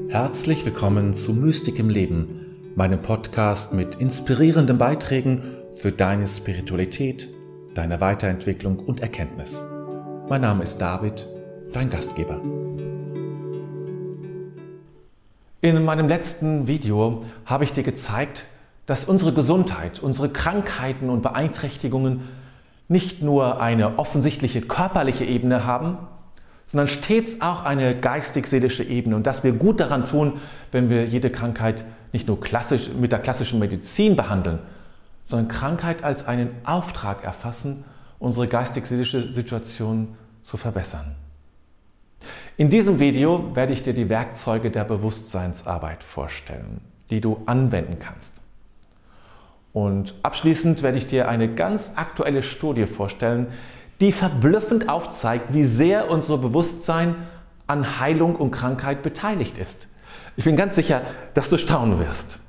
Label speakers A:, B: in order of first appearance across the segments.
A: Herzlich willkommen zu Mystik im Leben, meinem Podcast mit inspirierenden Beiträgen für deine Spiritualität, deine Weiterentwicklung und Erkenntnis. Mein Name ist David, dein Gastgeber. In meinem letzten Video habe ich dir gezeigt, dass unsere Gesundheit, unsere Krankheiten und Beeinträchtigungen nicht nur eine offensichtliche körperliche Ebene haben, sondern stets auch eine geistig-seelische Ebene und dass wir gut daran tun, wenn wir jede Krankheit nicht nur mit der klassischen Medizin behandeln, sondern Krankheit als einen Auftrag erfassen, unsere geistig-seelische Situation zu verbessern. In diesem Video werde ich dir die Werkzeuge der Bewusstseinsarbeit vorstellen, die du anwenden kannst. Und abschließend werde ich dir eine ganz aktuelle Studie vorstellen, die verblüffend aufzeigt, wie sehr unser Bewusstsein an Heilung und Krankheit beteiligt ist. Ich bin ganz sicher, dass du staunen wirst.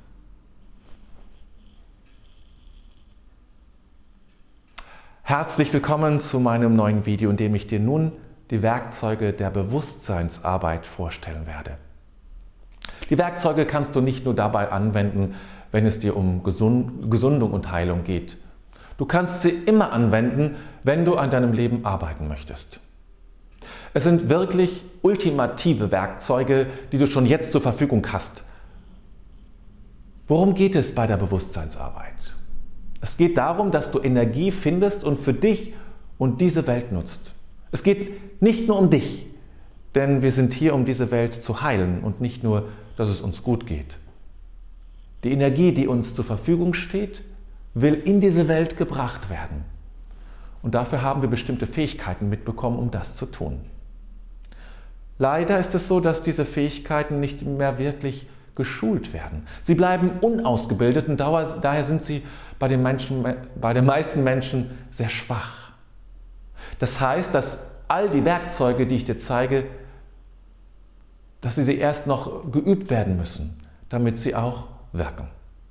A: Herzlich willkommen zu meinem neuen Video, in dem ich dir nun die Werkzeuge der Bewusstseinsarbeit vorstellen werde. Die Werkzeuge kannst du nicht nur dabei anwenden, wenn es dir um Gesundung und Heilung geht. Du kannst sie immer anwenden, wenn du an deinem Leben arbeiten möchtest. Es sind wirklich ultimative Werkzeuge, die du schon jetzt zur Verfügung hast. Worum geht es bei der Bewusstseinsarbeit? Es geht darum, dass du Energie findest und für dich und diese Welt nutzt. Es geht nicht nur um dich, denn wir sind hier, um diese Welt zu heilen und nicht nur, dass es uns gut geht. Die Energie, die uns zur Verfügung steht, will in diese Welt gebracht werden. Und dafür haben wir bestimmte Fähigkeiten mitbekommen, um das zu tun. Leider ist es so, dass diese Fähigkeiten nicht mehr wirklich geschult werden. Sie bleiben unausgebildet und daher sind sie bei den meisten Menschen sehr schwach. Das heißt, dass all die Werkzeuge, die ich dir zeige, dass sie erst noch geübt werden müssen, damit sie auch wirken.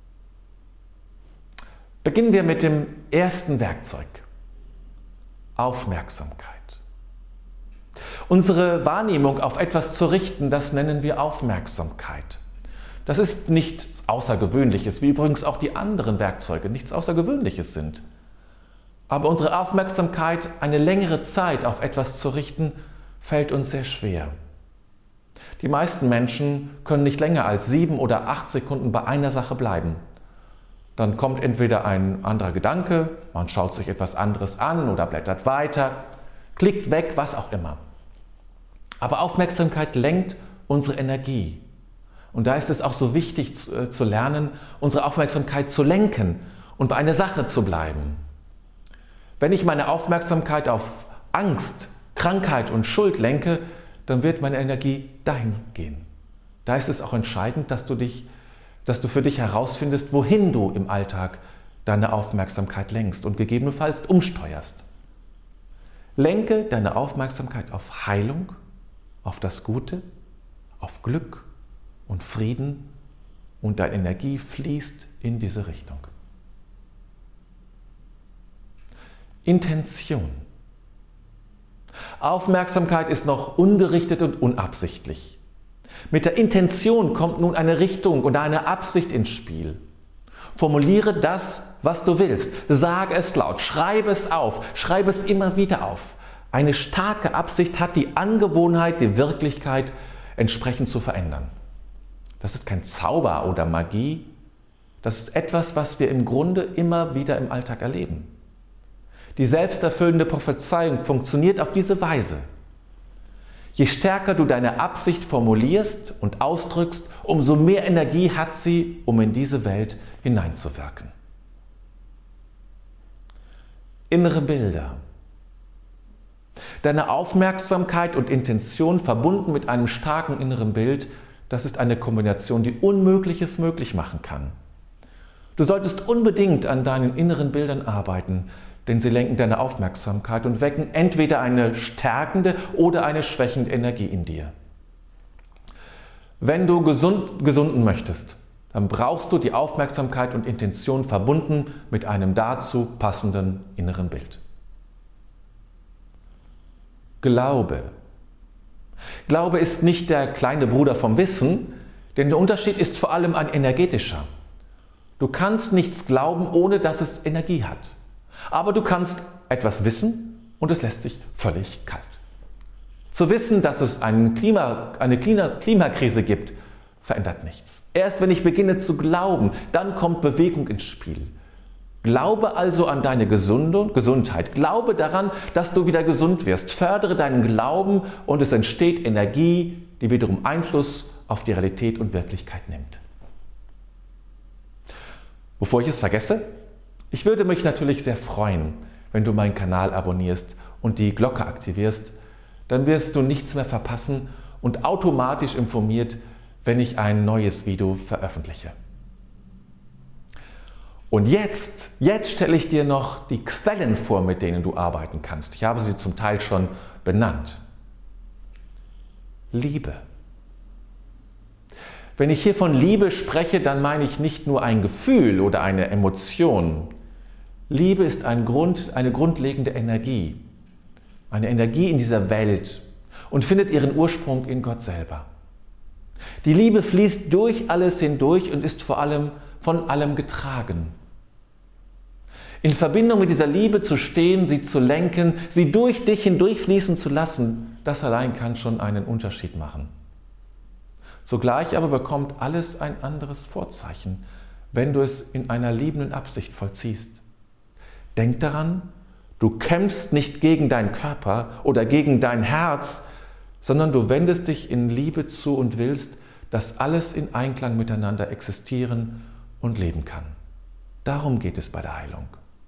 A: Beginnen wir mit dem ersten Werkzeug: Aufmerksamkeit. Unsere Wahrnehmung auf etwas zu richten, das nennen wir Aufmerksamkeit. Das ist nichts Außergewöhnliches, wie übrigens auch die anderen Werkzeuge nichts Außergewöhnliches sind. Aber unsere Aufmerksamkeit eine längere Zeit auf etwas zu richten, fällt uns sehr schwer. Die meisten Menschen können nicht länger als 7 oder 8 Sekunden bei einer Sache bleiben. Dann kommt entweder ein anderer Gedanke, man schaut sich etwas anderes an oder blättert weiter, klickt weg, was auch immer. Aber Aufmerksamkeit lenkt unsere Energie. Und da ist es auch so wichtig zu lernen, unsere Aufmerksamkeit zu lenken und bei einer Sache zu bleiben. Wenn ich meine Aufmerksamkeit auf Angst, Krankheit und Schuld lenke, dann wird meine Energie dahin gehen. Da ist es auch entscheidend, dass du für dich herausfindest, wohin du im Alltag deine Aufmerksamkeit lenkst und gegebenenfalls umsteuerst. Lenke deine Aufmerksamkeit auf Heilung, auf das Gute, auf Glück und Frieden und deine Energie fließt in diese Richtung. Intention. Aufmerksamkeit ist noch ungerichtet und unabsichtlich. Mit der Intention kommt nun eine Richtung oder eine Absicht ins Spiel. Formuliere das, was du willst. Sage es laut, schreibe es auf, schreibe es immer wieder auf. Eine starke Absicht hat die Angewohnheit, die Wirklichkeit entsprechend zu verändern. Das ist kein Zauber oder Magie. Das ist etwas, was wir im Grunde immer wieder im Alltag erleben. Die selbsterfüllende Prophezeiung funktioniert auf diese Weise. Je stärker du deine Absicht formulierst und ausdrückst, umso mehr Energie hat sie, um in diese Welt hineinzuwirken. Innere Bilder. Deine Aufmerksamkeit und Intention verbunden mit einem starken inneren Bild, das ist eine Kombination, die Unmögliches möglich machen kann. Du solltest unbedingt an deinen inneren Bildern arbeiten, denn sie lenken deine Aufmerksamkeit und wecken entweder eine stärkende oder eine schwächende Energie in dir. Wenn du gesunden möchtest, dann brauchst du die Aufmerksamkeit und Intention verbunden mit einem dazu passenden inneren Bild. Glaube. Glaube ist nicht der kleine Bruder vom Wissen, Denn der Unterschied ist vor allem ein energetischer. Du kannst nichts glauben, ohne dass es Energie hat. Aber du kannst etwas wissen und es lässt sich völlig kalt. Zu wissen, dass es eine Klimakrise gibt, verändert nichts. Erst wenn ich beginne zu glauben, dann kommt Bewegung ins Spiel. Glaube also an deine Gesundheit. Glaube daran, dass du wieder gesund wirst. Fördere deinen Glauben und es entsteht Energie, die wiederum Einfluss auf die Realität und Wirklichkeit nimmt. Bevor ich es vergesse, ich würde mich natürlich sehr freuen, wenn du meinen Kanal abonnierst und die Glocke aktivierst. Dann wirst du nichts mehr verpassen und automatisch informiert, wenn ich ein neues Video veröffentliche. Und jetzt stelle ich dir noch die Quellen vor, mit denen du arbeiten kannst. Ich habe sie zum Teil schon benannt. Liebe. Wenn ich hier von Liebe spreche, dann meine ich nicht nur ein Gefühl oder eine Emotion. Liebe ist eine grundlegende Energie. Eine Energie in dieser Welt und findet ihren Ursprung in Gott selber. Die Liebe fließt durch alles hindurch und ist vor allem von allem getragen. In Verbindung mit dieser Liebe zu stehen, sie zu lenken, sie durch dich hindurchfließen zu lassen, das allein kann schon einen Unterschied machen. Sogleich aber bekommt alles ein anderes Vorzeichen, wenn du es in einer liebenden Absicht vollziehst. Denk daran, du kämpfst nicht gegen deinen Körper oder gegen dein Herz, sondern du wendest dich in Liebe zu und willst, dass alles in Einklang miteinander existieren und leben kann. Darum geht es bei der Heilung.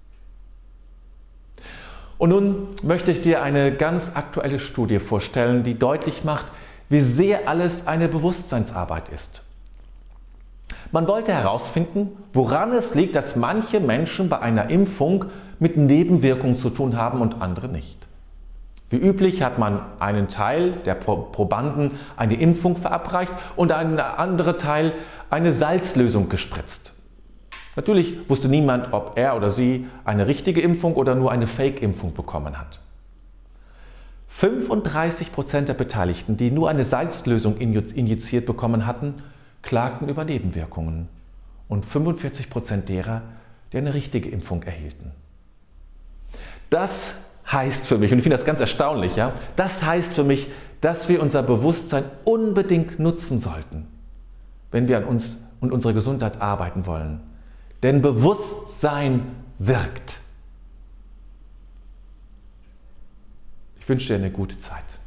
A: Und nun möchte ich dir eine ganz aktuelle Studie vorstellen, die deutlich macht, wie sehr alles eine Bewusstseinsarbeit ist. Man wollte herausfinden, woran es liegt, dass manche Menschen bei einer Impfung mit Nebenwirkungen zu tun haben und andere nicht. Wie üblich hat man einen Teil der Probanden eine Impfung verabreicht und einen anderen Teil eine Salzlösung gespritzt. Natürlich wusste niemand, ob er oder sie eine richtige Impfung oder nur eine Fake-Impfung bekommen hat. 35% der Beteiligten, die nur eine Salzlösung injiziert bekommen hatten, klagten über Nebenwirkungen und 45% derer, die eine richtige Impfung erhielten. Das heißt für mich, und ich finde das ganz erstaunlich, ja, das heißt für mich, dass wir unser Bewusstsein unbedingt nutzen sollten, wenn wir an uns und unserer Gesundheit arbeiten wollen. Denn Bewusstsein wirkt. Ich wünsche dir eine gute Zeit.